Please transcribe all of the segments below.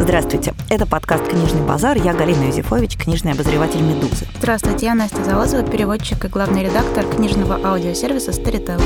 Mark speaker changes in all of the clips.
Speaker 1: Здравствуйте. Это подкаст «Книжный базар». Я Галина Юзефович, книжный обозреватель «Медузы».
Speaker 2: Здравствуйте, я Настя Завозова, переводчик и главный редактор книжного аудиосервиса Storytel.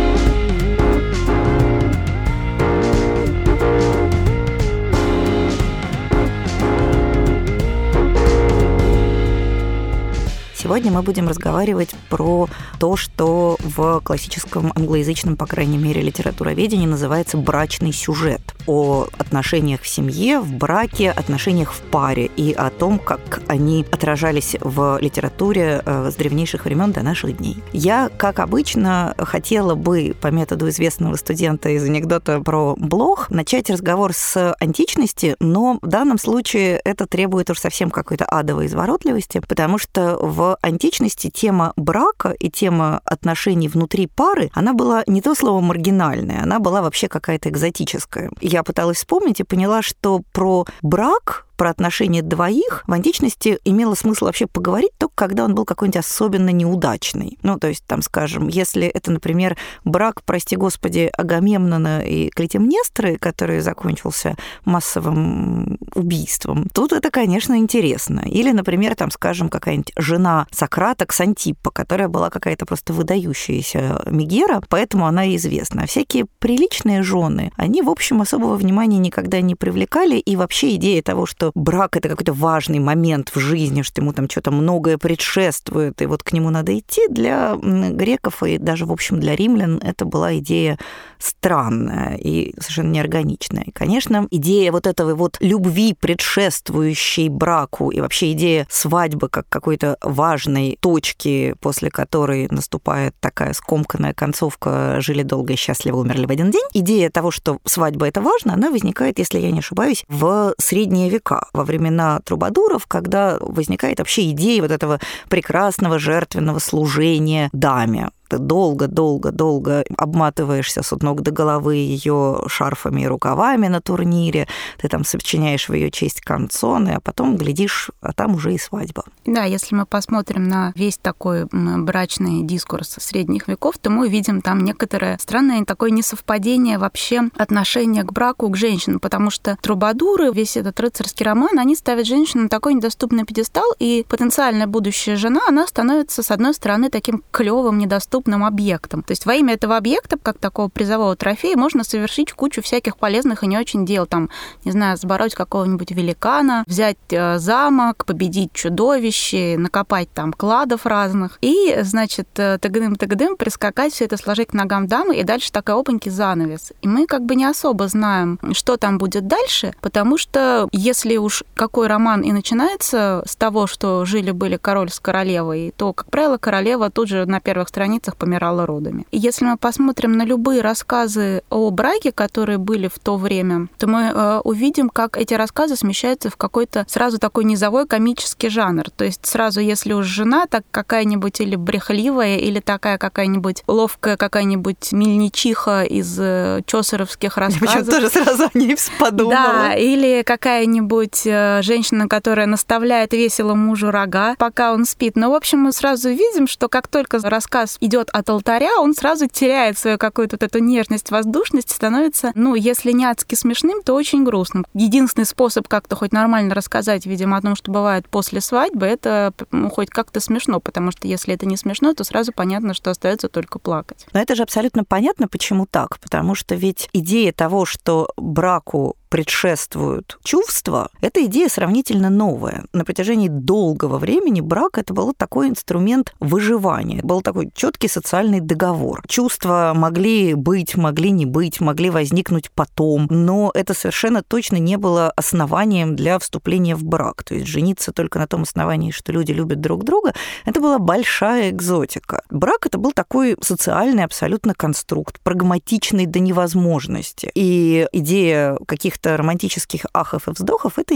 Speaker 1: Сегодня мы будем разговаривать про то, что в классическом англоязычном, по крайней мере, литературоведении называется брачный сюжет. О отношениях в семье, в браке, отношениях в паре и о том, как они отражались в литературе с древнейших времен до наших дней. Я, как обычно, хотела бы, по методу известного студента из анекдота про блог, начать разговор с античности, но в данном случае это требует уж совсем какой-то адовой изворотливости, потому что в античности тема брака и тема отношений внутри пары, она была не то слово маргинальная, она была вообще какая-то экзотическая. Я пыталась вспомнить и поняла, что про брак, про отношения двоих в античности имело смысл вообще поговорить только когда он был какой-нибудь особенно неудачный. Ну, то есть, там, скажем, если это, например, брак, прости господи, Агамемнона и Клетимнестры, который закончился массовым убийством, тут это, конечно, интересно. Или, например, там, скажем, какая-нибудь жена Сократа Ксантиппа, которая была какая-то просто выдающаяся мегера, поэтому она и известна. А всякие приличные жены, они, в общем, особого внимания никогда не привлекали, и вообще идея того, что брак – это какой-то важный момент в жизни, что ему там что-то многое предшествует, и вот к нему надо идти, для греков и даже, в общем, для римлян это была идея странная и совершенно неорганичная. И, конечно, идея вот этого вот любви, предшествующей браку, и вообще идея свадьбы как какой-то важной точки, после которой наступает такая скомканная концовка «жили долго и счастливо, умерли в один день», идея того, что свадьба – это важно, она возникает, если я не ошибаюсь, в средние века, во времена трубадуров, когда возникает вообще идея вот этого прекрасного жертвенного служения даме. Ты долго обматываешься с ног до головы ее шарфами и рукавами на турнире, ты там сочиняешь в ее честь канцоны, а потом глядишь, а там уже и свадьба.
Speaker 2: Да, если мы посмотрим на весь такой брачный дискурс средних веков, то мы увидим там некоторое странное такое несовпадение вообще отношения к браку, к женщинам, потому что трубадуры, весь этот рыцарский роман, они ставят женщину на такой недоступный пьедестал, и потенциальная будущая жена, она становится, с одной стороны, таким клёвым, недоступным объектом. То есть во имя этого объекта, как такого призового трофея, можно совершить кучу всяких полезных и не очень дел. Там, не знаю, сбороть какого-нибудь великана, взять замок, победить чудовище, накопать там кладов разных. И, значит, тыгдым-тыгдым прискакать, все это сложить к ногам дамы, и дальше такой опаньки занавес. И мы как бы не особо знаем, что там будет дальше, потому что если уж какой роман и начинается с того, что жили-были король с королевой, то, как правило, королева тут же на первых страницах помирала родами. И если мы посмотрим на любые рассказы о браке, которые были в то время, то мы увидим, как эти рассказы смещаются в какой-то сразу такой низовой комический жанр. То есть сразу, если уж жена так какая-нибудь или брехливая, или такая какая-нибудь ловкая какая-нибудь мельничиха из чосеровских рассказов.
Speaker 1: Я тоже сразу о ней подумала.
Speaker 2: Да, или какая-нибудь женщина, которая наставляет весело мужу рога, пока он спит. Но, в общем, мы сразу видим, что как только рассказ идет от алтаря, он сразу теряет свою какую-то вот эту нежность, воздушность, становится, если не адски смешным, то очень грустным. Единственный способ как-то хоть нормально рассказать, видимо, о том, что бывает после свадьбы, это хоть как-то смешно, потому что если это не смешно, то сразу понятно, что остается только плакать.
Speaker 1: Но это же абсолютно понятно, почему так, потому что ведь идея того, что браку предшествуют чувства, эта идея сравнительно новая. На протяжении долгого времени брак – это был такой инструмент выживания, был такой четкий социальный договор. Чувства могли быть, могли не быть, могли возникнуть потом, но это совершенно точно не было основанием для вступления в брак. То есть жениться только на том основании, что люди любят друг друга, это была большая экзотика. Брак – это был такой социальный абсолютно конструкт, прагматичный до невозможности. И идея каких-то романтических ахов и вздохов – это идея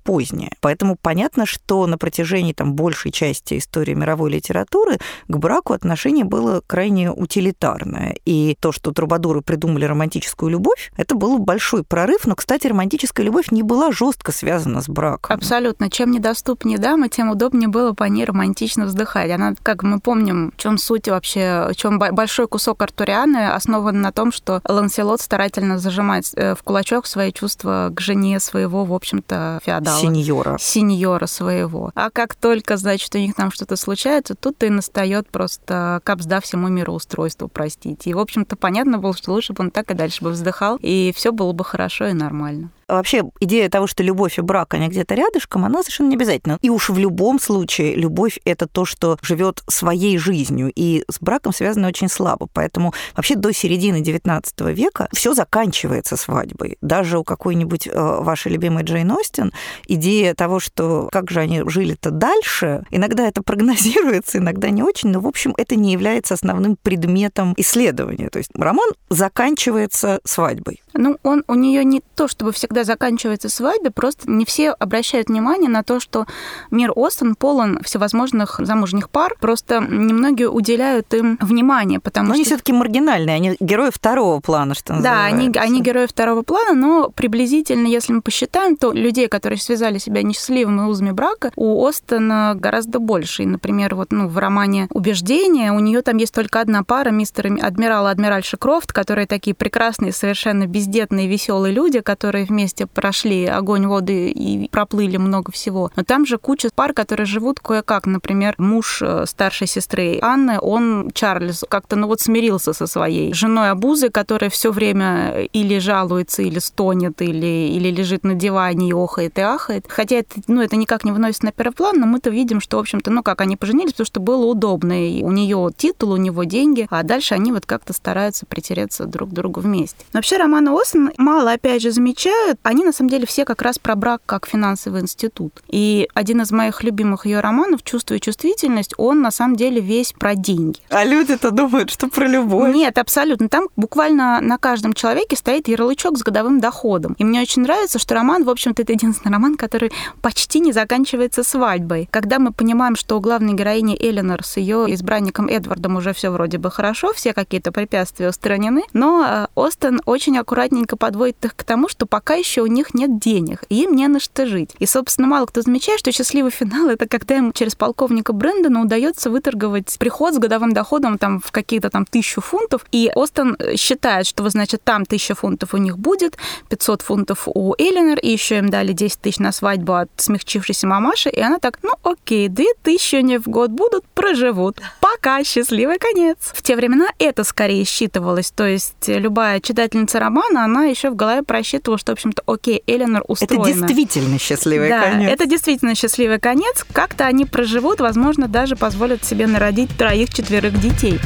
Speaker 1: позднее. Поэтому понятно, что на протяжении большей части истории мировой литературы к браку отношение было крайне утилитарное. И то, что трубадуры придумали романтическую любовь, это был большой прорыв. Но, кстати, романтическая любовь не была жестко связана с браком.
Speaker 2: Абсолютно. Чем недоступнее дама, тем удобнее было по ней романтично вздыхать. Она, как мы помним, в чем суть вообще, в чем большой кусок Артурианы основан на том, что Ланселот старательно зажимает в кулачок свои чувства к жене своего, в общем-то, феодала. Сеньора своего. А как только, значит, у них там что-то случается, тут и настает просто капсда всему мироустройству, простите. И, в общем-то, понятно было, что лучше бы он так и дальше бы вздыхал, и все было бы хорошо и нормально.
Speaker 1: Вообще, идея того, что любовь и брак, они где-то рядышком, она совершенно не обязательна. И уж в любом случае любовь – это то, что живет своей жизнью, и с браком связано очень слабо. Поэтому вообще до середины XIX века все заканчивается свадьбой. Даже у какой-нибудь вашей любимой Джейн Остин идея того, что как же они жили-то дальше, иногда это прогнозируется, иногда не очень, но, в общем, это не является основным предметом исследования. То есть роман заканчивается свадьбой.
Speaker 2: Ну, он у нее не то, чтобы всегда заканчивается свадьбой, просто не все обращают внимание на то, что мир Остин полон всевозможных замужних пар, просто немногие уделяют им внимание, потому что...
Speaker 1: они все-таки маргинальные, они герои второго плана, что называется.
Speaker 2: Да, они герои второго плана, но приблизительно, если мы посчитаем, то людей, которые связали себя несчастливыми узами брака, у Остина гораздо больше. И, например, в романе «Убеждение» у нее там есть только одна пара, мистер адмирал и адмиральша Крофт, которые такие прекрасные, совершенно бездетные, веселые люди, которые вместе прошли огонь, воду и проплыли много всего. Но там же куча пар, которые живут кое-как. Например, муж старшей сестры Анны, он, Чарльз, как-то смирился со своей женой обузой, которая все время или жалуется, или стонет, или лежит на диване и охает, и ахает. Хотя это никак не выносится на первый план, но мы-то видим, что, в общем-то, как они поженились, потому что было удобно. И у нее титул, у него деньги, а дальше они как-то стараются притереться друг к другу вместе. Но вообще романы Остин мало, опять же, замечают. Они, на самом деле, все как раз про брак как финансовый институт. И один из моих любимых ее романов «Чувство и чувствительность», он, на самом деле, весь про деньги.
Speaker 1: А люди-то думают, что про любовь.
Speaker 2: Нет, абсолютно. Там буквально на каждом человеке стоит ярлычок с годовым доходом. И мне очень нравится, что роман, в общем-то, это единственный роман, который почти не заканчивается свадьбой. Когда мы понимаем, что у главной героини Эленор с ее избранником Эдвардом уже все вроде бы хорошо, все какие-то препятствия устранены, но Остин очень аккуратненько подводит их к тому, что пока еще у них нет денег, и им не на что жить. И, собственно, мало кто замечает, что счастливый финал — это когда им через полковника Брэндона удается выторговать приход с годовым доходом в какие-то 1000 фунтов, и Остин считает, что, значит, там 1000 фунтов у них будет, 500 фунтов у Эленор, и еще им дали 10 000 на свадьбу от смягчившейся мамаши, и она так, окей, 2000 они в год будут, проживут. Пока, счастливый конец. В те времена это скорее считывалось, то есть любая читательница романа, она еще в голове просчитывала, что, в общем-то, окей, Эленор устроена.
Speaker 1: Это действительно счастливый конец.
Speaker 2: Да, это действительно счастливый конец. Как-то они проживут, возможно, даже позволят себе народить 3-4 детей.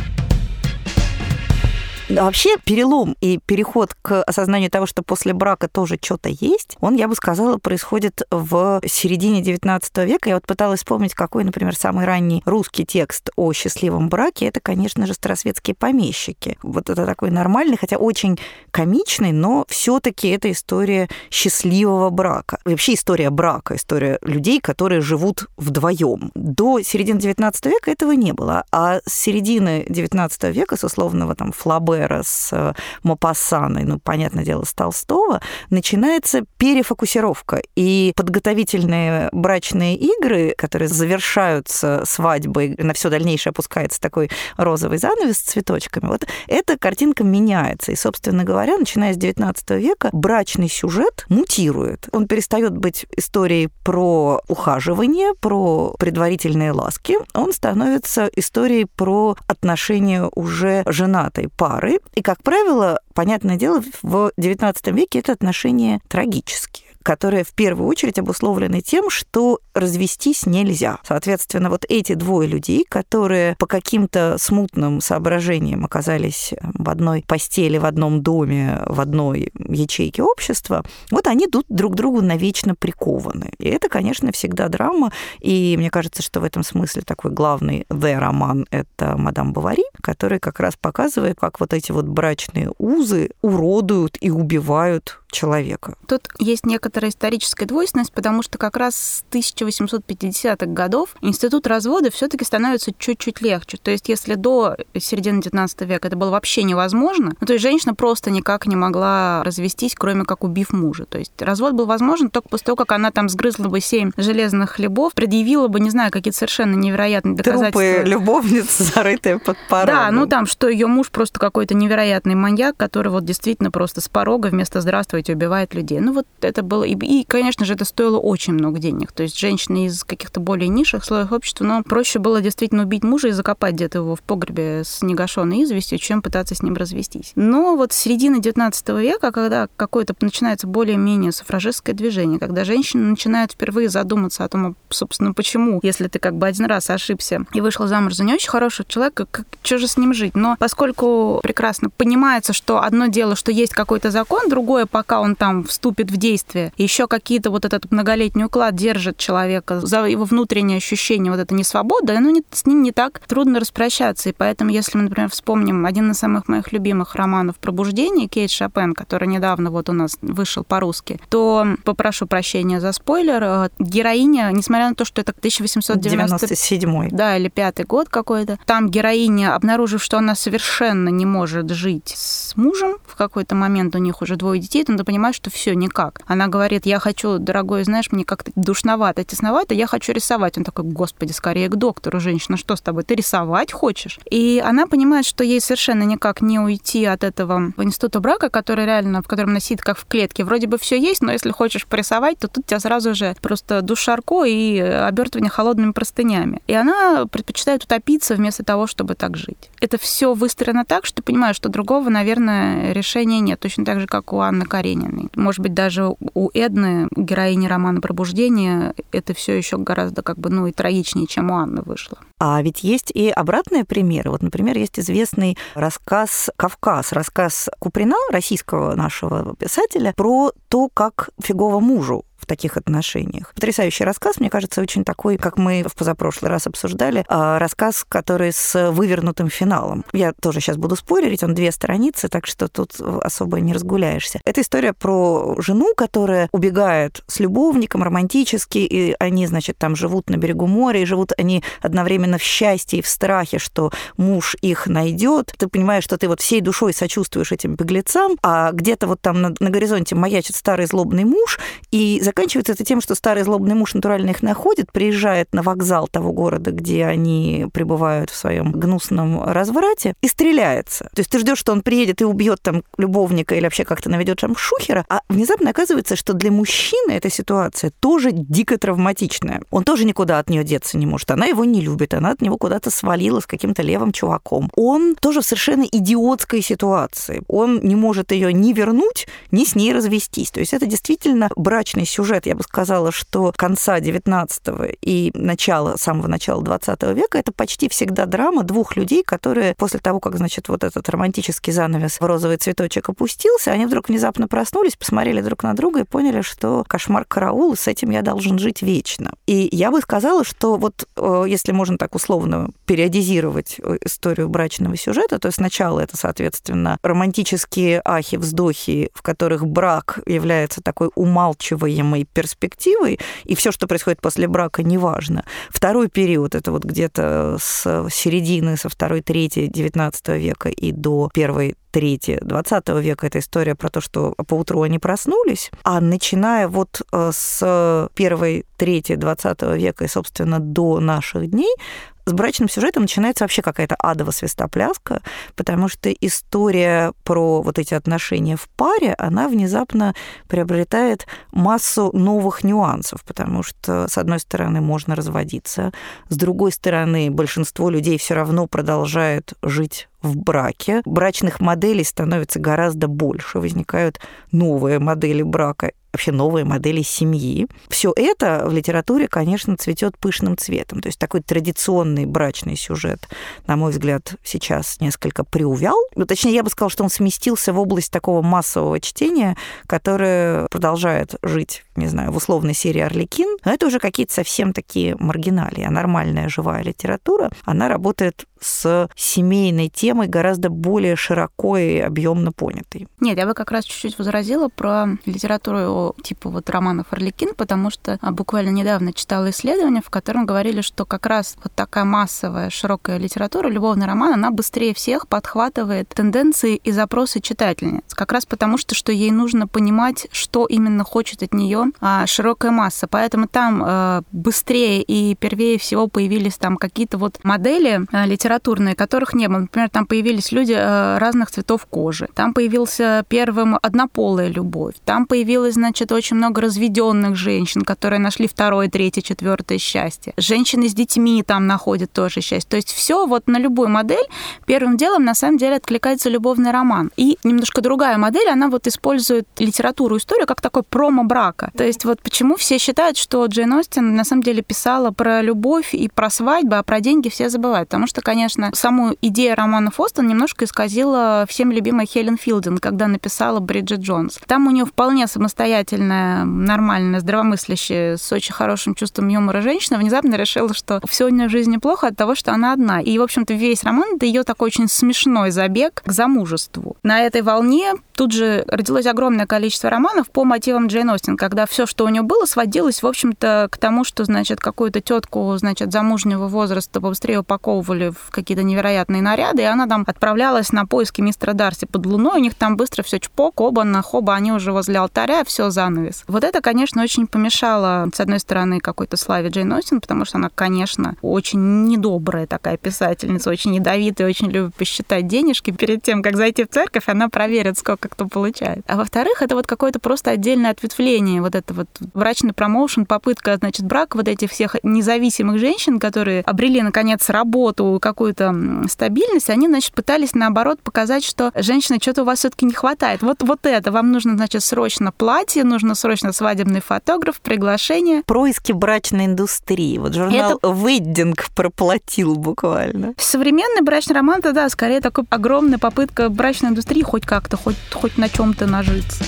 Speaker 1: Вообще перелом и переход к осознанию того, что после брака тоже что-то есть, он, я бы сказала, происходит в середине XIX века. Я пыталась вспомнить, какой, например, самый ранний русский текст о счастливом браке. Это, конечно же, «Старосветские помещики». Вот это такой нормальный, хотя очень комичный, но все-таки это история счастливого брака. Вообще история брака, история людей, которые живут вдвоем. До середины XIX века этого не было. А с середины XIX века, с условного Флабера, с Мопассаной, понятное дело, с Толстого, начинается перефокусировка. И подготовительные брачные игры, которые завершаются свадьбой, на все дальнейшее опускается такой розовый занавес с цветочками, вот эта картинка меняется. И, собственно говоря, начиная с XIX века, брачный сюжет мутирует. Он перестает быть историей про ухаживание, про предварительные ласки. Он становится историей про отношения уже женатой пары. И, как правило, понятное дело, в XIX веке это отношения трагические, которые в первую очередь обусловлены тем, что развестись нельзя. Соответственно, вот эти двое людей, которые по каким-то смутным соображениям оказались в одной постели, в одном доме, в одной ячейке общества, вот они тут друг к другу навечно прикованы. И это, конечно, всегда драма. И мне кажется, что в этом смысле такой главный роман — это «Мадам Бовари», который как раз показывает, как вот эти вот брачные узы уродуют и убивают человека.
Speaker 2: Тут есть некоторые некоторая историческая двойственность, потому что как раз с 1850-х годов институт развода все-таки становится чуть-чуть легче. То есть если до середины XIX века это было вообще невозможно, то есть женщина просто никак не могла развестись, кроме как убив мужа. То есть развод был возможен только после того, как она там сгрызла бы 7 железных хлебов, предъявила бы, не знаю, какие-то совершенно невероятные доказательства.
Speaker 1: Трупы любовниц, зарытые под порогом.
Speaker 2: Да, ну там, что ее муж просто какой-то невероятный маньяк, который вот действительно просто с порога вместо «здравствуйте» убивает людей. Ну вот это было... И, конечно же, это стоило очень много денег. То есть женщины из каких-то более низших слоев общества, но проще было действительно убить мужа и закопать где-то его в погребе с негашенной известью, чем пытаться с ним развестись. Но вот с середины XIX века, когда какое-то начинается более-менее суфражистское движение, когда женщины начинают впервые задуматься о том, собственно, почему, если ты как бы один раз ошибся и вышел замуж за не очень хорошего человека, что же с ним жить? Но поскольку прекрасно понимается, что одно дело, что есть какой-то закон, другое, пока он там вступит в действие, еще какие-то вот этот многолетний уклад держит человека за его внутреннее ощущение вот этой несвободы, с ним не так трудно распрощаться. И поэтому, если мы, например, вспомним один из самых моих любимых романов «Пробуждение» Кейт Шопен, который недавно вот у нас вышел по-русски, то, попрошу прощения за спойлер, героиня, несмотря на то, что это 1897 да, или 5-й год какой-то, там героиня, обнаружив, что она совершенно не может жить с мужем, в какой-то момент у них уже 2 детей, то надо понимать, что все никак. Она говорит: я хочу, дорогой, знаешь, мне как-то душновато, тесновато, я хочу рисовать. Он такой: господи, скорее к доктору, женщина, что с тобой, ты рисовать хочешь? И она понимает, что ей совершенно никак не уйти от этого института брака, который реально, в котором она сидит как в клетке. Вроде бы все есть, но если хочешь порисовать, то тут тебя сразу же просто душарко и обертывание холодными простынями. И она предпочитает утопиться вместо того, чтобы так жить. Это все выстроено так, что понимаю, что другого, наверное, решения нет. Точно так же, как у Анны Карениной. Может быть, даже у Эдны, героини романа «Пробуждение», это все еще гораздо и трагичнее, чем у Анны вышло.
Speaker 1: А ведь есть и обратные примеры. Вот, например, есть известный рассказ «Кавказ», рассказ Куприна, российского нашего писателя, про то, как фигово мужу в таких отношениях. Потрясающий рассказ, мне кажется, очень такой, как мы в позапрошлый раз обсуждали, рассказ, который с вывернутым финалом. Я тоже сейчас буду спойлерить, он 2 страницы, так что тут особо не разгуляешься. Это история про жену, которая убегает с любовником романтически, и они, значит, там живут на берегу моря, и живут они одновременно в счастье и в страхе, что муж их найдет. Ты понимаешь, что ты вот всей душой сочувствуешь этим беглецам, а где-то вот там на горизонте маячит старый злобный муж, и заканчивается это тем, что старый злобный муж натурально их находит, приезжает на вокзал того города, где они пребывают в своем гнусном разврате, и стреляется. То есть ты ждешь, что он приедет и убьет там любовника или вообще как-то наведет там шухера, а внезапно оказывается, что для мужчины эта ситуация тоже дико травматичная. Он тоже никуда от нее деться не может. Она его не любит, она от него куда-то свалила с каким-то левым чуваком. Он тоже в совершенно идиотской ситуации. Он не может ее ни вернуть, ни с ней развестись. То есть это действительно брачный сюжет, я бы сказала, что конца 19-го и самого начала 20 века это почти всегда драма 2 людей, которые после того, как, значит, вот этот романтический занавес в розовый цветочек опустился, они вдруг внезапно проснулись, посмотрели друг на друга и поняли, что кошмар караул, с этим я должен жить вечно. И я бы сказала, что вот если можно так условно периодизировать историю брачного сюжета, то сначала это, соответственно, романтические ахи-вздохи, в которых брак является такой умалчиваемой перспективой, и все, что происходит после брака, неважно. Второй период, это вот где-то с середины, со 2-3 XIX века и до 1-3 XX века, это история про то, что поутру они проснулись, а начиная вот с 1-3 XX века и, собственно, до наших дней, с брачным сюжетом начинается вообще какая-то адова свистопляска, потому что история про вот эти отношения в паре, она внезапно приобретает массу новых нюансов, потому что, с одной стороны, можно разводиться, с другой стороны, большинство людей все равно продолжает жить в браке. Брачных моделей становится гораздо больше, возникают новые модели брака, вообще новые модели семьи. Все это в литературе, конечно, цветет пышным цветом. То есть такой традиционный брачный сюжет, на мой взгляд, сейчас несколько приувял. Ну, точнее, я бы сказала, что он сместился в область такого массового чтения, которое продолжает жить, не знаю, в условной серии «Арлекин». Но это уже какие-то совсем такие маргиналии. А нормальная живая литература, она работает с семейной темой гораздо более широко и объемно понятой.
Speaker 2: Нет, я бы как раз чуть-чуть возразила про литературу типа вот романов Арлекин, потому что буквально недавно читала исследование, в котором говорили, что как раз вот такая массовая, широкая литература, любовный роман, она быстрее всех подхватывает тенденции и запросы читательниц. Как раз потому, что ей нужно понимать, что именно хочет от нее широкая масса. Поэтому там быстрее и первее всего появились там какие-то вот модели литературные, которых не было. Например, там появились люди разных цветов кожи. Там появился первым однополая любовь. Там появилось, значит, очень много разведенных женщин, которые нашли второе, третье, четвертое счастье. Женщины с детьми там находят тоже счастье. То есть все вот на любую модель первым делом на самом деле откликается любовный роман. И немножко другая модель, она вот использует литературу, историю как такой промо брака. То есть вот почему все считают, что Джейн Остин на самом деле писала про любовь и про свадьбы, а про деньги все забывают. Потому что, конечно, саму идею романа Остин немножко исказила всем любимая Хелен Филдинг, когда написала Бриджит Джонс. Там у нее вполне самостоятельная, нормальная, здравомыслящая, с очень хорошим чувством юмора женщина внезапно решила, что все у нее в жизни плохо от того, что она одна. И, в общем-то, весь роман — это ее такой очень смешной забег к замужеству. На этой волне тут же родилось огромное количество романов по мотивам Джейн Остин, когда все, что у нее было, сводилось, в общем-то, к тому, что, значит, какую-то тетку, значит, замужнего возраста побыстрее упаковывали в какие-то невероятные наряды, и она там отправлялась на поиски мистера Дарси под луной, у них там быстро все чпок, оба, хоба, они уже возле алтаря, все занавес. Вот это, конечно, очень помешало, с одной стороны, какой-то славе Джейн Остин, потому что она, конечно, очень недобрая такая писательница, очень ядовитая, очень любит посчитать денежки. Перед тем, как зайти в церковь, она проверит, сколько кто получает. А во-вторых, это вот какое-то просто отдельное ответвление, вот это вот брачный промоушен, попытка, значит, брака вот этих всех независимых женщин, которые обрели, наконец, работу, какую-то стабильность, они, значит, пытались, наоборот, показать, что женщины, что-то у вас все-таки не хватает. Вот это, вам нужно, значит, срочно платье, нужно срочно свадебный фотограф, приглашение.
Speaker 1: Происки брачной индустрии. Вот журнал «Веддинг» проплатил буквально.
Speaker 2: Современный брачный роман, да, скорее такой огромная попытка брачной индустрии хоть как-то, хоть на чем-то нажиться.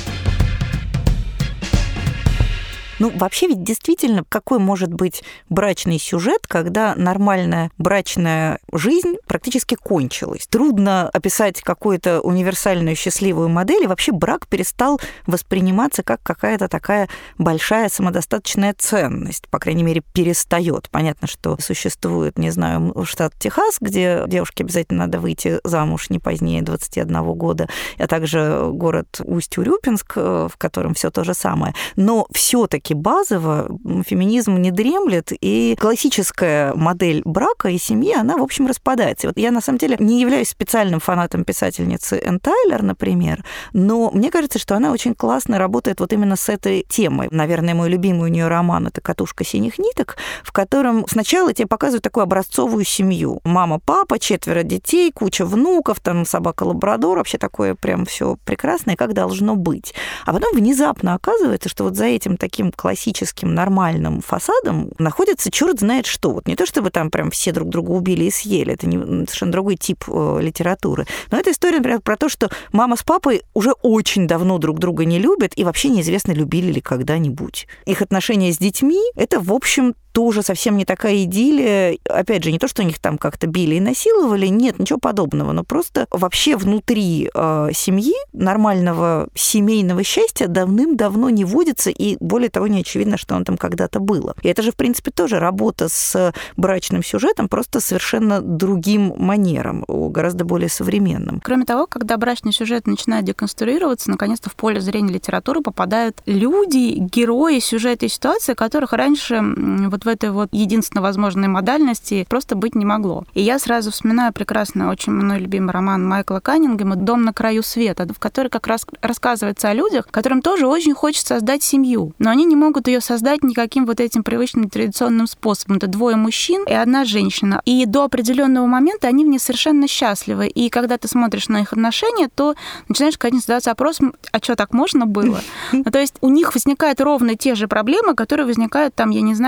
Speaker 1: Ну, вообще ведь действительно, какой может быть брачный сюжет, когда нормальная брачная жизнь практически кончилась? Трудно описать какую-то универсальную счастливую модель, и вообще брак перестал восприниматься как какая-то такая большая самодостаточная ценность. По крайней мере, перестает. Понятно, что существует, не знаю, штат Техас, где девушке обязательно надо выйти замуж не позднее 21 года, а также город Усть-Урюпинск, в котором все то же самое. Но все-таки базово феминизм не дремлет, и классическая модель брака и семьи, она, в общем, распадается. И вот я, на самом деле, не являюсь специальным фанатом писательницы Энн Тайлер, например, но мне кажется, что она очень классно работает вот именно с этой темой. Наверное, мой любимый у нее роман — это «Катушка синих ниток», в котором сначала тебе показывают такую образцовую семью. Мама, папа, 4 детей, куча внуков, там собака-лабрадор, вообще такое прям все прекрасное, как должно быть. А потом внезапно оказывается, что вот за этим таким классическим нормальным фасадом находится черт знает что. Вот не то, чтобы там прям все друг друга убили и съели, это совершенно другой тип литературы. Но это история, например, про то, что мама с папой уже очень давно друг друга не любят, и вообще неизвестно, любили ли когда-нибудь. Их отношения с детьми — это, в общем, тоже совсем не такая идиллия. Опять же, не то, что у них там как-то били и насиловали, нет, ничего подобного, но просто вообще внутри семьи нормального семейного счастья давным-давно не водится, и более того, не очевидно, что оно там когда-то было. И это же, в принципе, тоже работа с брачным сюжетом, просто совершенно другим манером, гораздо более современным.
Speaker 2: Кроме того, когда брачный сюжет начинает деконструироваться, наконец-то в поле зрения литературы попадают люди, герои сюжета и ситуации, которых раньше вот в этой вот единственно возможной модальности просто быть не могло. И я сразу вспоминаю прекрасный, очень мной любимый роман Майкла Каннингема «Дом на краю света», в который как раз рассказывается о людях, которым тоже очень хочется создать семью, но они не могут ее создать никаким вот этим привычным традиционным способом. Это 2 мужчин и 1 женщина. И до определенного момента они в ней совершенно счастливы. И когда ты смотришь на их отношения, то начинаешь, конечно, задаться вопросом, а что, так можно было? То есть у них возникают ровно те же проблемы, которые возникают там, я не знаю, в привычном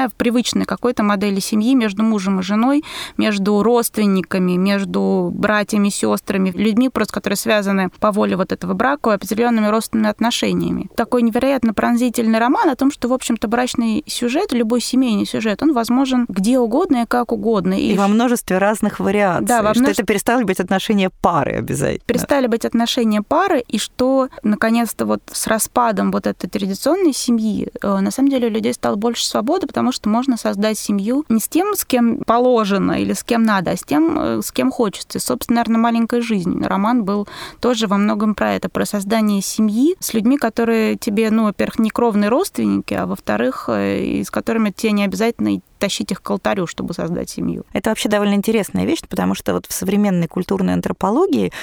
Speaker 2: привычной какой-то модели семьи между мужем и женой, между родственниками, между братьями, сестрами, людьми, просто которые связаны по воле вот этого брака определенными родственными отношениями. Такой невероятно пронзительный роман о том, что, в общем-то, брачный сюжет, любой семейный сюжет, он возможен где угодно и как угодно.
Speaker 1: И во множестве разных вариаций.
Speaker 2: Да,
Speaker 1: что это перестали быть отношения пары обязательно.
Speaker 2: Перестали быть отношения пары, и что, наконец-то, вот с распадом вот этой традиционной семьи, на самом деле у людей стало больше свободы, потому что можно создать семью не с тем, с кем положено или с кем надо, а с тем, с кем хочется. И, собственно, наверное, «Маленькая жизнь». Роман был тоже во многом про это, про создание семьи с людьми, которые тебе, во-первых, не кровные родственники, а во-вторых, и с которыми тебе не обязательно тащить их к алтарю, чтобы создать семью.
Speaker 1: Это вообще довольно интересная вещь, потому что вот в современной культурной антропологии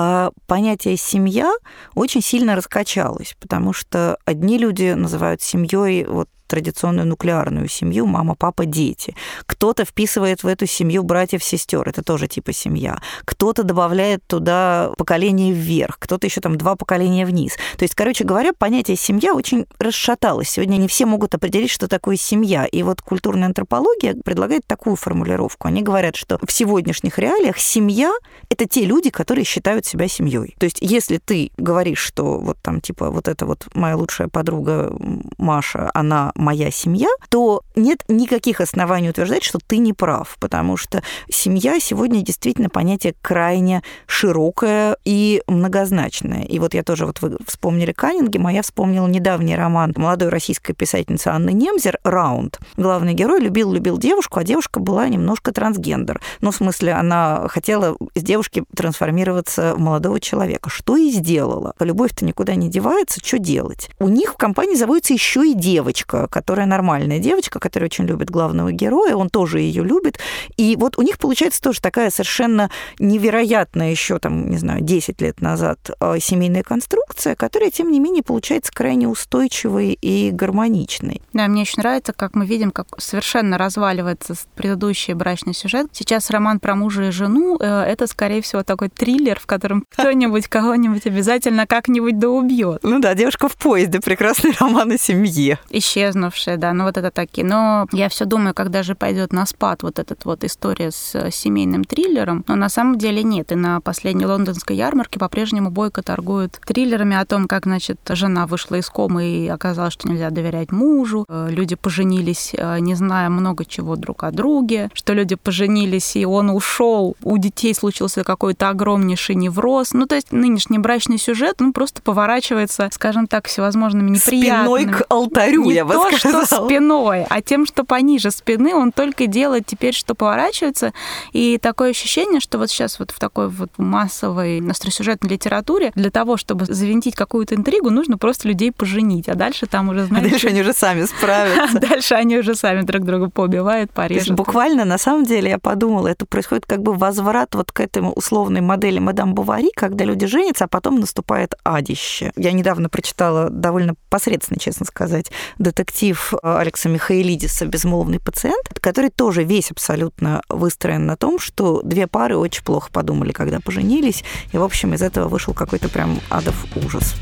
Speaker 1: понятие «семья» очень сильно раскачалось, потому что одни люди называют семьей вот традиционную нуклеарную семью, мама, папа, дети. Кто-то вписывает в эту семью братьев, сестер, это тоже типа семья. Кто-то добавляет туда поколение вверх, кто-то еще там 2 поколения вниз. То есть, короче говоря, понятие семья очень расшаталось. Сегодня не все могут определить, что такое семья. И вот культурная антропология предлагает такую формулировку. Они говорят, что в сегодняшних реалиях семья — это те люди, которые считают себя семьей. То есть, если ты говоришь, что вот там типа вот это вот моя лучшая подруга Маша, она моя семья, то нет никаких оснований утверждать, что ты не прав, потому что семья сегодня действительно понятие крайне широкое и многозначное. И вот я тоже, вот вы вспомнили Каннингема, я вспомнила недавний роман молодой российской писательницы Анны Немзер «Раунд». Главный герой любил девушку, а девушка была немножко трансгендер. Ну, в смысле, она хотела из девушки трансформироваться в молодого человека. Что и сделала. Любовь-то никуда не девается, что делать? У них в компании заводится еще и девочка, которая нормальная девочка, которая очень любит главного героя, он тоже ее любит. И вот у них получается тоже такая совершенно невероятная еще, там, не знаю, 10 лет назад семейная конструкция, которая, тем не менее, получается крайне устойчивой и гармоничной.
Speaker 2: Да, мне очень нравится, как мы видим, как совершенно разваливается предыдущий брачный сюжет. Сейчас роман про мужа и жену — это, скорее всего, такой триллер, в котором кто-нибудь кого-нибудь обязательно как-нибудь да убьет.
Speaker 1: Ну да, «Девушка в поезде», прекрасный роман о семье.
Speaker 2: Исчезнувшая, да, вот это такие. Но я все думаю, когда же пойдет на спад вот эта вот история с семейным триллером, но на самом деле нет. И на последней лондонской ярмарке по-прежнему бойко торгуют триллерами о том, как, значит, жена вышла из комы и оказалось, что нельзя доверять мужу, люди поженились, не зная много чего друг о друге, что люди поженились, и он ушел, у детей случился какой-то огромнейший невроз. Ну, то есть нынешний брачный сюжет, просто поворачивается, скажем так, всевозможными неприятными.
Speaker 1: Спиной к алтарю, я бы сказала.
Speaker 2: Что спиной, а тем, что пониже спины, он только делает теперь, что поворачивается. И такое ощущение, что вот сейчас вот в такой вот массовой остросюжетной литературе для того, чтобы завинтить какую-то интригу, нужно просто людей поженить. А дальше там уже, знаете...
Speaker 1: Дальше они уже сами справятся.
Speaker 2: Дальше они уже сами друг друга побивают, порежут.
Speaker 1: То есть буквально, на самом деле, я подумала, это происходит как бы возврат вот к этой условной модели мадам Бовари, когда люди женятся, а потом наступает адище. Я недавно прочитала довольно посредственно, честно сказать, детектив Алекса Михаэлидиса «Безмолвный пациент», который тоже весь абсолютно выстроен на том, что 2 пары очень плохо подумали, когда поженились, и, в общем, из этого вышел какой-то прям адов ужас.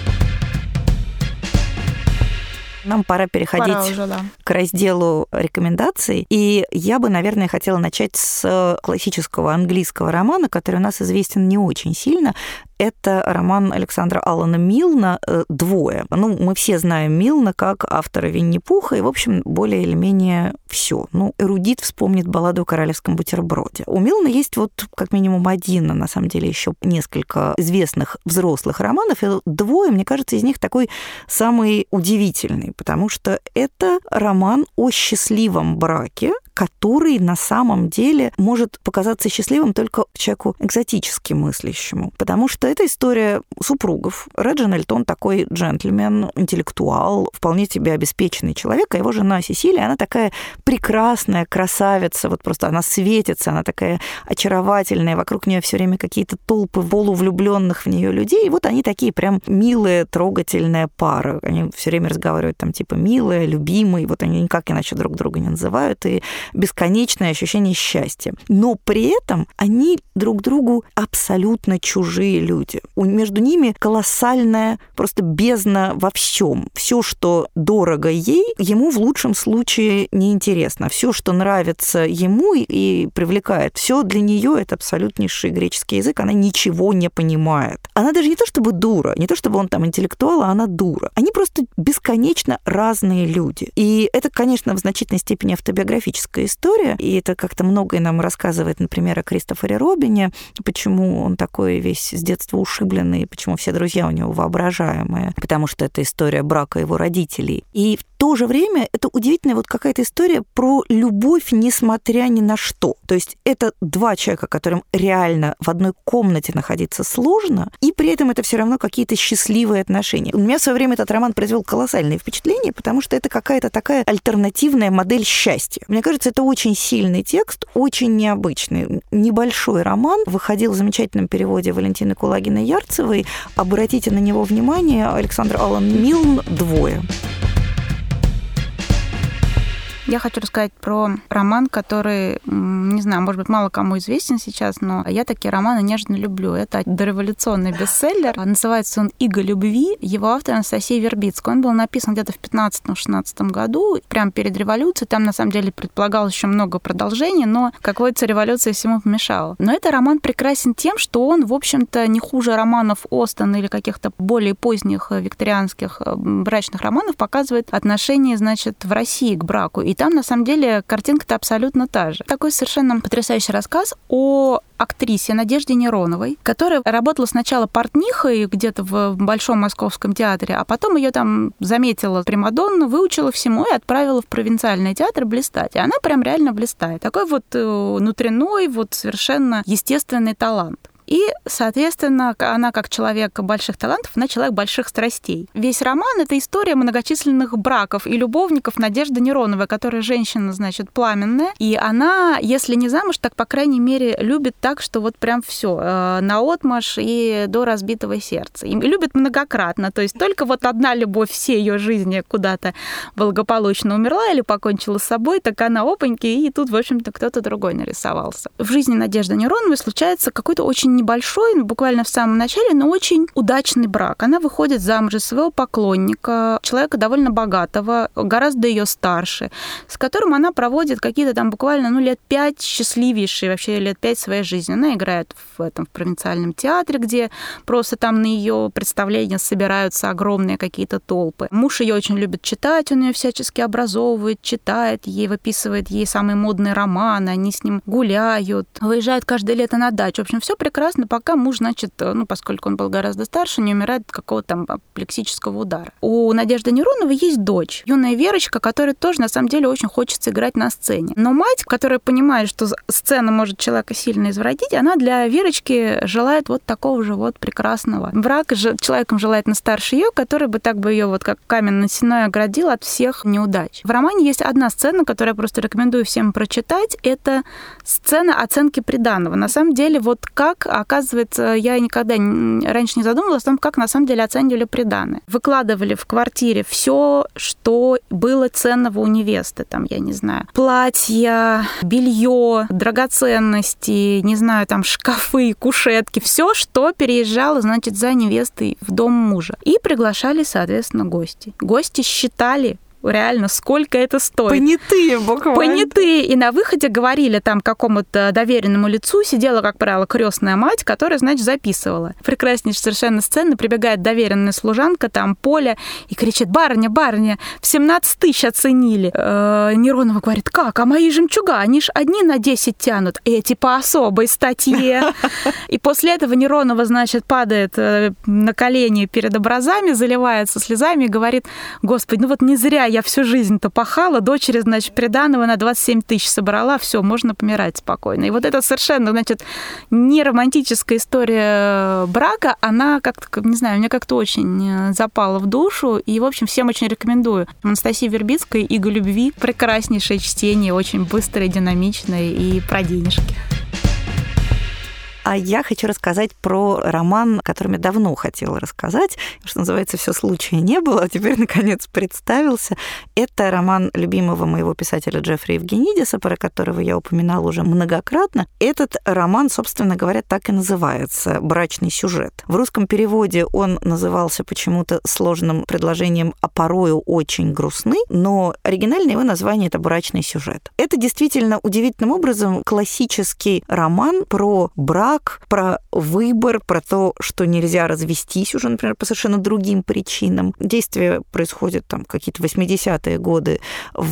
Speaker 1: Нам пора переходить к разделу рекомендаций. И я бы, наверное, хотела начать с классического английского романа, который у нас известен не очень сильно. Это роман Александра Аллана Милна «Двое». Мы все знаем Милна как автора «Винни-Пуха», и, в общем, более или менее все. Эрудит вспомнит «Балладу о королевском бутерброде». У Милна есть вот как минимум один, на самом деле, еще несколько известных взрослых романов, и «Двое», мне кажется, из них такой самый удивительный, потому что это роман о счастливом браке, который на самом деле может показаться счастливым только человеку экзотически мыслящему. Потому что это история супругов. Реджинальд, он такой джентльмен, интеллектуал, вполне себе обеспеченный человек, а его жена Сесилия, она такая прекрасная красавица, вот просто она светится, она такая очаровательная, вокруг нее все время какие-то толпы полувлюбленных в нее людей, и вот они такие прям милые, трогательная пара. Они все время разговаривают там типа милая, любимый, вот они никак иначе друг друга не называют, и бесконечное ощущение счастья. Но при этом они друг другу абсолютно чужие люди. Между ними колоссальная просто бездна во всем. Все, что дорого ей, ему в лучшем случае неинтересно. Все, что нравится ему и привлекает, все для нее это абсолютнейший греческий язык, она ничего не понимает. Она даже не то чтобы дура, не то чтобы он там интеллектуал, а она дура. Они просто бесконечно разные люди. И это, конечно, в значительной степени автобиографическая история, и это как-то многое нам рассказывает, например, о Кристофере Робине, почему он такой весь с детства ушибленный, почему все друзья у него воображаемые, потому что это история брака его родителей. И в то же время это удивительная вот какая-то история про любовь, несмотря ни на что. То есть это два человека, которым реально в одной комнате находиться сложно, и при этом это все равно какие-то счастливые отношения. У меня в свое время этот роман произвел колоссальное впечатление, потому что это какая-то такая альтернативная модель счастья. Мне кажется, это очень сильный текст, очень необычный. Небольшой роман, выходил в замечательном переводе Валентины Кулагиной-Ярцевой. Обратите на него внимание, Александр Аллан Милн «Двое».
Speaker 2: Я хочу рассказать про роман, который, не знаю, может быть, мало кому известен сейчас, но я такие романы нежно люблю. Это дореволюционный бестселлер. Называется он «Иго любви». Его автор Анастасия Вербицкая. Он был написан где-то в 15-16 году, прямо перед революцией. Там, на самом деле, предполагалось еще много продолжений, но, как водится, революция всему помешала. Но этот роман прекрасен тем, что он, в общем-то, не хуже романов Остена или каких-то более поздних викторианских брачных романов, показывает отношение, значит, в России к браку. И там, на самом деле, картинка-то абсолютно та же. Такой совершенно потрясающий рассказ о актрисе Надежде Нероновой, которая работала сначала портнихой где-то в Большом Московском театре, а потом ее там заметила примадонна, выучила всему и отправила в провинциальный театр блистать. И она прям реально блистает. Такой вот внутренной, вот совершенно естественный талант. И, соответственно, она, как человек больших талантов, она человек больших страстей. Весь роман — это история многочисленных браков и любовников Надежды Нероновой, которая женщина, значит, пламенная. И она, если не замуж, так, по крайней мере, любит так, что вот прям все наотмашь и до разбитого сердца. И любит многократно. То есть только вот одна любовь всей ее жизни куда-то благополучно умерла или покончила с собой, так она опаньки, и тут, в общем-то, кто-то другой нарисовался. В жизни Надежды Нероновой случается какой-то очень небольшой, буквально в самом начале, но очень удачный брак. Она выходит замуж за своего поклонника, человека довольно богатого, гораздо ее старше, с которым она проводит какие-то там буквально лет 5 счастливейшие, вообще лет 5 своей жизни. Она играет в провинциальном театре, где просто там на ее представления собираются огромные какие-то толпы. Муж ее очень любит читать, он ее всячески образовывает, читает ей, выписывает ей самые модные романы, они с ним гуляют, выезжают каждое лето на дачу. В общем, все прекрасно, пока муж, значит, поскольку он был гораздо старше, не умирает от какого-то там аплексического удара. У Надежды Нероновой есть дочь, юная Верочка, которой тоже, на самом деле, очень хочется играть на сцене. Но мать, которая понимает, что сцена может человека сильно извратить, она для Верочки желает вот такого же вот прекрасного брака. Человеком желательно старше ее, который бы так бы ее вот как камень насеной оградил от всех неудач. В романе есть одна сцена, которую я просто рекомендую всем прочитать. Это сцена оценки приданого. На самом деле, вот как, оказывается, я никогда раньше не задумывалась о том, как на самом деле оценивали приданое. Выкладывали в квартире все, что было ценного у невесты. Там, я не знаю, платья, белье, драгоценности, не знаю, там шкафы, кушетки, все, что переезжало, значит, за невестой в дом мужа. И приглашали, соответственно, гости. Гости считали реально, сколько это стоит.
Speaker 1: Понятые буквально.
Speaker 2: Понятые. И на выходе говорили там какому-то доверенному лицу, сидела, как правило, крестная мать, которая, значит, записывала. Прекраснейшая совершенно сцена. Прибегает доверенная служанка, там Поля, и кричит: барыня, барыня, в 17 тысяч оценили. Неронова говорит: как? А мои жемчуга, они ж одни на 10 тянут. Эти по особой статье. И после этого Неронова, значит, падает на колени перед образами, заливается слезами и говорит: Господи, вот не зря я всю жизнь-то пахала, дочери, значит, приданого на 27 тысяч собрала, все, можно помирать спокойно. И вот это совершенно, значит, не романтическая история брака, она как-то, не знаю, мне как-то очень запала в душу, и, в общем, всем очень рекомендую. Анастасия Вербицкая «Иго любви», прекраснейшее чтение, очень быстрое, динамичное и про денежки.
Speaker 1: А я хочу рассказать про роман, о котором я давно хотела рассказать, что называется «Все случая не было», а теперь, наконец, представился. Это роман любимого моего писателя Джеффри Евгенидиса, про которого я упоминала уже многократно. Этот роман, собственно говоря, так и называется «Брачный сюжет». В русском переводе он назывался почему-то сложным предложением «а порою очень грустны», но оригинальное его название — это «Брачный сюжет». Это действительно удивительным образом классический роман про брак, про выбор, про то, что нельзя развестись уже, например, по совершенно другим причинам. Действие происходит там какие-то 80-е годы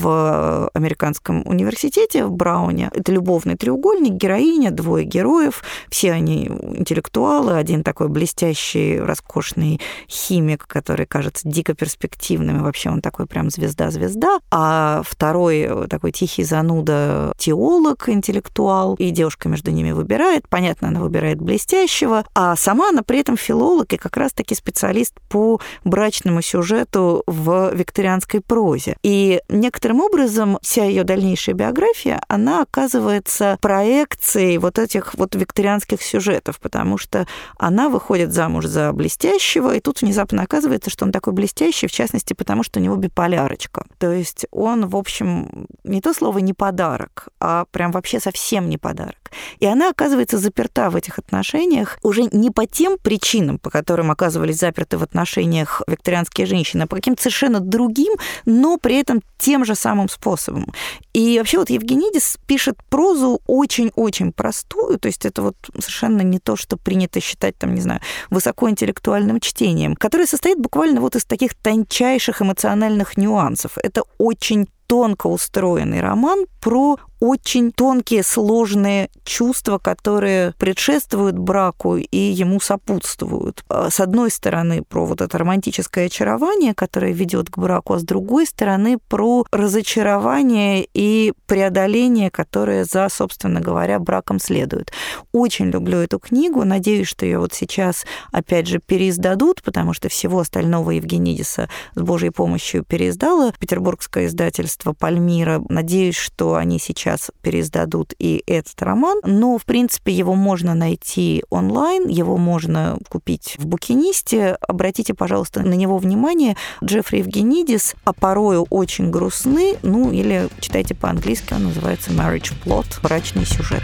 Speaker 1: в американском университете в Брауне. Это любовный треугольник, героиня, двое героев, все они интеллектуалы, один такой блестящий, роскошный химик, который кажется дико перспективным, и вообще он такой прям звезда-звезда, а второй такой тихий зануда, теолог, интеллектуал, и девушка между ними выбирает. Понятно, она выбирает блестящего, а сама она при этом филолог и как раз-таки специалист по брачному сюжету в викторианской прозе. И некоторым образом вся ее дальнейшая биография, она оказывается проекцией вот этих вот викторианских сюжетов, потому что она выходит замуж за блестящего, и тут внезапно оказывается, что он такой блестящий, в частности, потому что у него биполярочка. То есть он, в общем, не то слово не подарок, а прям вообще совсем не подарок. И она оказывается заперта в этих отношениях уже не по тем причинам, по которым оказывались заперты в отношениях викторианские женщины, а по каким-то совершенно другим, но при этом тем же самым способом. И вообще вот Евгенидис пишет прозу очень-очень простую, то есть это вот совершенно не то, что принято считать, там, не знаю, высокоинтеллектуальным чтением, которое состоит буквально вот из таких тончайших эмоциональных нюансов. Это очень тонко устроенный роман про очень тонкие, сложные чувства, которые предшествуют браку и ему сопутствуют. С одной стороны, про вот это романтическое очарование, которое ведет к браку, а с другой стороны, про разочарование и преодоление, которое за, собственно говоря, браком следует. Очень люблю эту книгу, надеюсь, что ее вот сейчас, опять же, переиздадут, потому что всего остального Евгенидиса с Божьей помощью переиздало петербургское издательство «Пальмира». Надеюсь, что они сейчас переиздадут и этот роман, но, в принципе, его можно найти онлайн, его можно купить в Букинисте. Обратите, пожалуйста, на него внимание. Джеффри Евгенидис, а порою очень грустны, ну или читайте по-английски, он называется «Marriage Plot», «Брачный сюжет».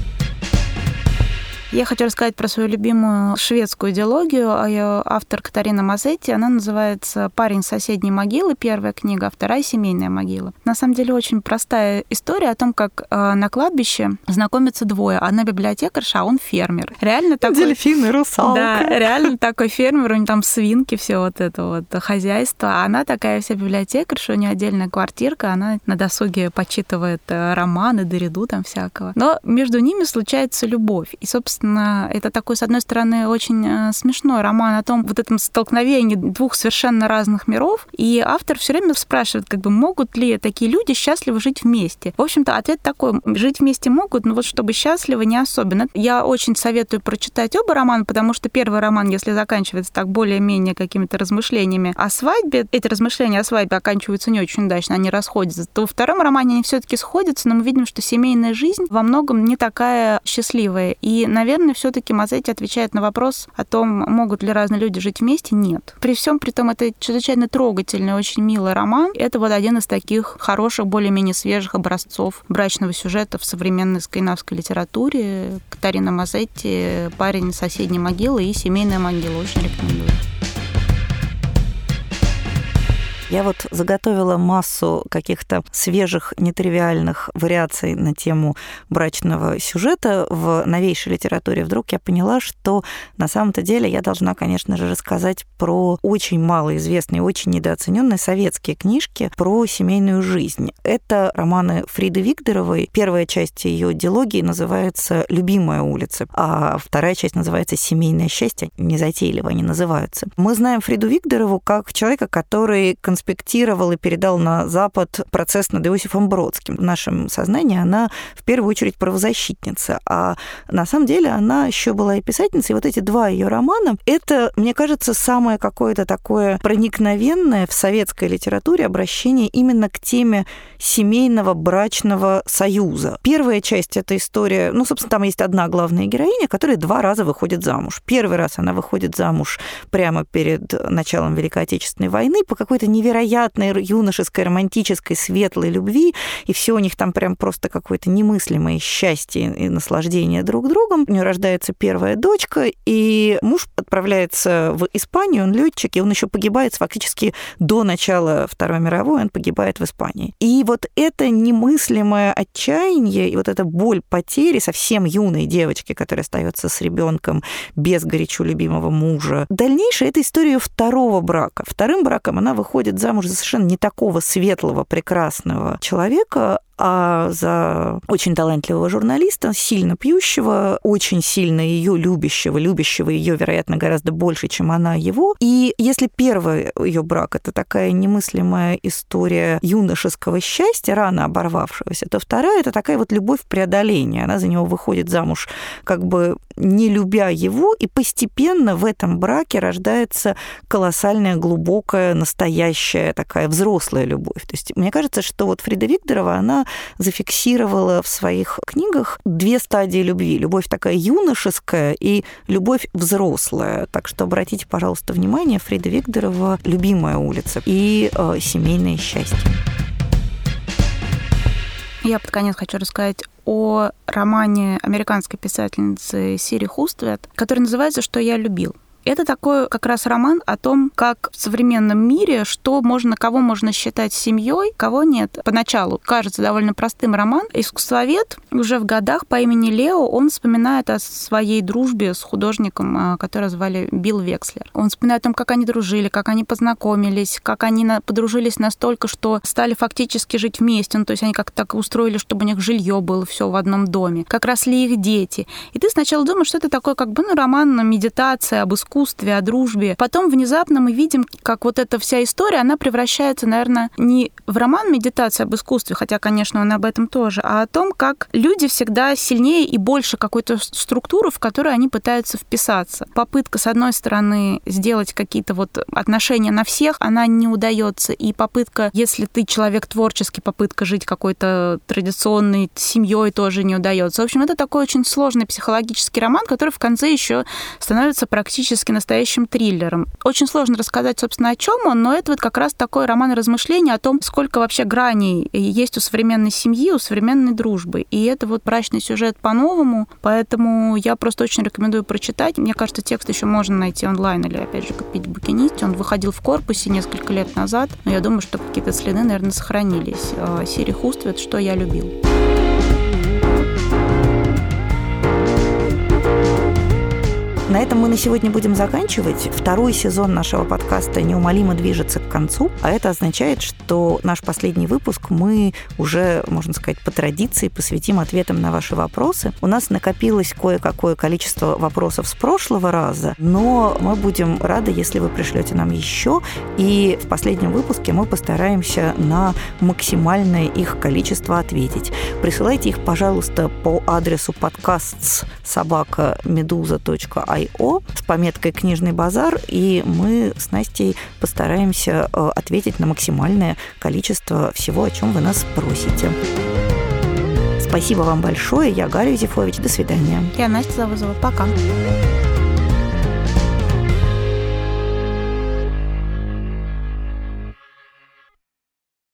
Speaker 2: Я хочу рассказать про свою любимую шведскую диалогию. Ее автор Катарина Мазетти. Она называется «Парень с соседней могилы», первая книга, а вторая «Семейная могила». На самом деле очень простая история о том, как на кладбище знакомятся двое. Она библиотекарша, а он фермер. Реально такой...
Speaker 1: Дельфин и русалка.
Speaker 2: Да, реально такой фермер, у него там свинки, все вот это вот хозяйство. А она такая вся библиотекарша, у нее отдельная квартирка, она на досуге почитывает романы, Дориду там всякого. Но между ними случается любовь. И, собственно, это такой, с одной стороны, очень смешной роман о том, вот этом столкновении двух совершенно разных миров, и автор все время спрашивает, как бы, могут ли такие люди счастливо жить вместе. В общем-то, ответ такой: жить вместе могут, но вот чтобы счастливо, не особенно. Я очень советую прочитать оба романа, потому что первый роман, если заканчивается так более-менее какими-то размышлениями о свадьбе, эти размышления о свадьбе оканчиваются не очень удачно, они расходятся, то во втором романе они все-таки сходятся, но мы видим, что семейная жизнь во многом не такая счастливая. И, наверное, все-таки Мазетти отвечает на вопрос о том, могут ли разные люди жить вместе. Нет. При всем при том, это чрезвычайно трогательный, очень милый роман. Это вот один из таких хороших, более-менее свежих образцов брачного сюжета в современной скандинавской литературе. Катарина Мазетти, «Парень с соседней могилы» и «Семейная могила». Очень рекомендую.
Speaker 1: Я вот заготовила массу каких-то свежих, нетривиальных вариаций на тему брачного сюжета в новейшей литературе. Вдруг я поняла, что на самом-то деле я должна, конечно же, рассказать про очень малоизвестные, очень недооцененные советские книжки про семейную жизнь. Это романы Фриды Вигдоровой. Первая часть ее дилогии называется «Любимая улица», а вторая часть называется «Семейное счастье». Незатейливо они называются. Мы знаем Фриду Вигдорову как человека, который конспектировал и передал на Запад процесс над Иосифом Бродским. В нашем сознании она в первую очередь правозащитница, а на самом деле она еще была и писательница, и вот эти два ее романа, это, мне кажется, самое какое-то такое проникновенное в советской литературе обращение именно к теме семейного брачного союза. Первая часть — это история, собственно, там есть одна главная героиня, которая 2 раза выходит замуж. Первый раз она выходит замуж прямо перед началом Великой Отечественной войны по какой-то невероятной юношеской, романтической, светлой любви, и все у них там прям просто какое-то немыслимое счастье и наслаждение друг другом. У нее рождается первая дочка, и муж отправляется в Испанию, он летчик, и он еще погибает фактически до начала Второй мировой, он погибает в Испании. И вот это немыслимое отчаяние и вот эта боль потери совсем юной девочки, которая остается с ребенком без горячо любимого мужа. Дальнейшее — это история второго брака. Вторым браком она выходит замуж за совершенно не такого светлого, прекрасного человека, а за очень талантливого журналиста, сильно пьющего, очень сильно ее любящего ее, вероятно, гораздо больше, чем она его. И если первый ее брак — это такая немыслимая история юношеского счастья, рано оборвавшегося, то вторая — это такая вот любовь преодоления. Она за него выходит замуж, как бы не любя его, и постепенно в этом браке рождается колоссальная, глубокая, настоящая такая взрослая любовь. То есть мне кажется, что вот Фрида Вигдорова, она зафиксировала в своих книгах 2 стадии любви. Любовь такая юношеская и любовь взрослая. Так что обратите, пожалуйста, внимание, Фрида Вигдорова «Любимая улица» и «Семейное счастье».
Speaker 2: Я под конец хочу рассказать о романе американской писательницы Сири Хуствет, который называется «Что я любил». Это такой как раз роман о том, как в современном мире, кого можно считать семьей, кого нет. Поначалу кажется довольно простым роман. Искусствовед уже в годах по имени Лео, он вспоминает о своей дружбе с художником, которого звали Билл Векслер. Он вспоминает о том, как они дружили, как они познакомились, как они подружились настолько, что стали фактически жить вместе. То есть они как-то так устроили, чтобы у них жилье было все в одном доме. Как росли их дети. И ты сначала думаешь, что это такой роман, медитация об искусстве, о дружбе. Потом внезапно мы видим, как вот эта вся история, она превращается, наверное, не в роман «Медитация об искусстве», хотя, конечно, он об этом тоже, а о том, как люди всегда сильнее и больше какой-то структуры, в которую они пытаются вписаться. Попытка, с одной стороны, сделать какие-то вот отношения на всех, она не удается. И попытка, если ты человек творческий, попытка жить какой-то традиционной семьей тоже не удается. В общем, это такой очень сложный психологический роман, который в конце еще становится практически настоящим триллером. Очень сложно рассказать, собственно, о чем он, но это вот как раз такой роман размышления о том, сколько вообще граней есть у современной семьи, у современной дружбы. И это вот брачный сюжет по-новому, поэтому я просто очень рекомендую прочитать. Мне кажется, текст еще можно найти онлайн или, опять же, купить в Букинисте. Он выходил в корпусе несколько лет назад, но я думаю, что какие-то следы, наверное, сохранились. Сири Хуствет «Что я любил».
Speaker 1: На этом мы на сегодня будем заканчивать. 2-й сезон нашего подкаста неумолимо движется к концу, а это означает, что наш последний выпуск мы уже, можно сказать, по традиции посвятим ответам на ваши вопросы. У нас накопилось кое-какое количество вопросов с прошлого раза, но мы будем рады, если вы пришлете нам еще, и в последнем выпуске мы постараемся на максимальное их количество ответить. Присылайте их, пожалуйста, по адресу podcasts@meduza.io с пометкой «Книжный базар», и мы с Настей постараемся ответить на максимальное количество всего, о чем вы нас просите. Спасибо вам большое. Я Галя Юзефович. До свидания.
Speaker 2: Я Настя Завозова. Пока.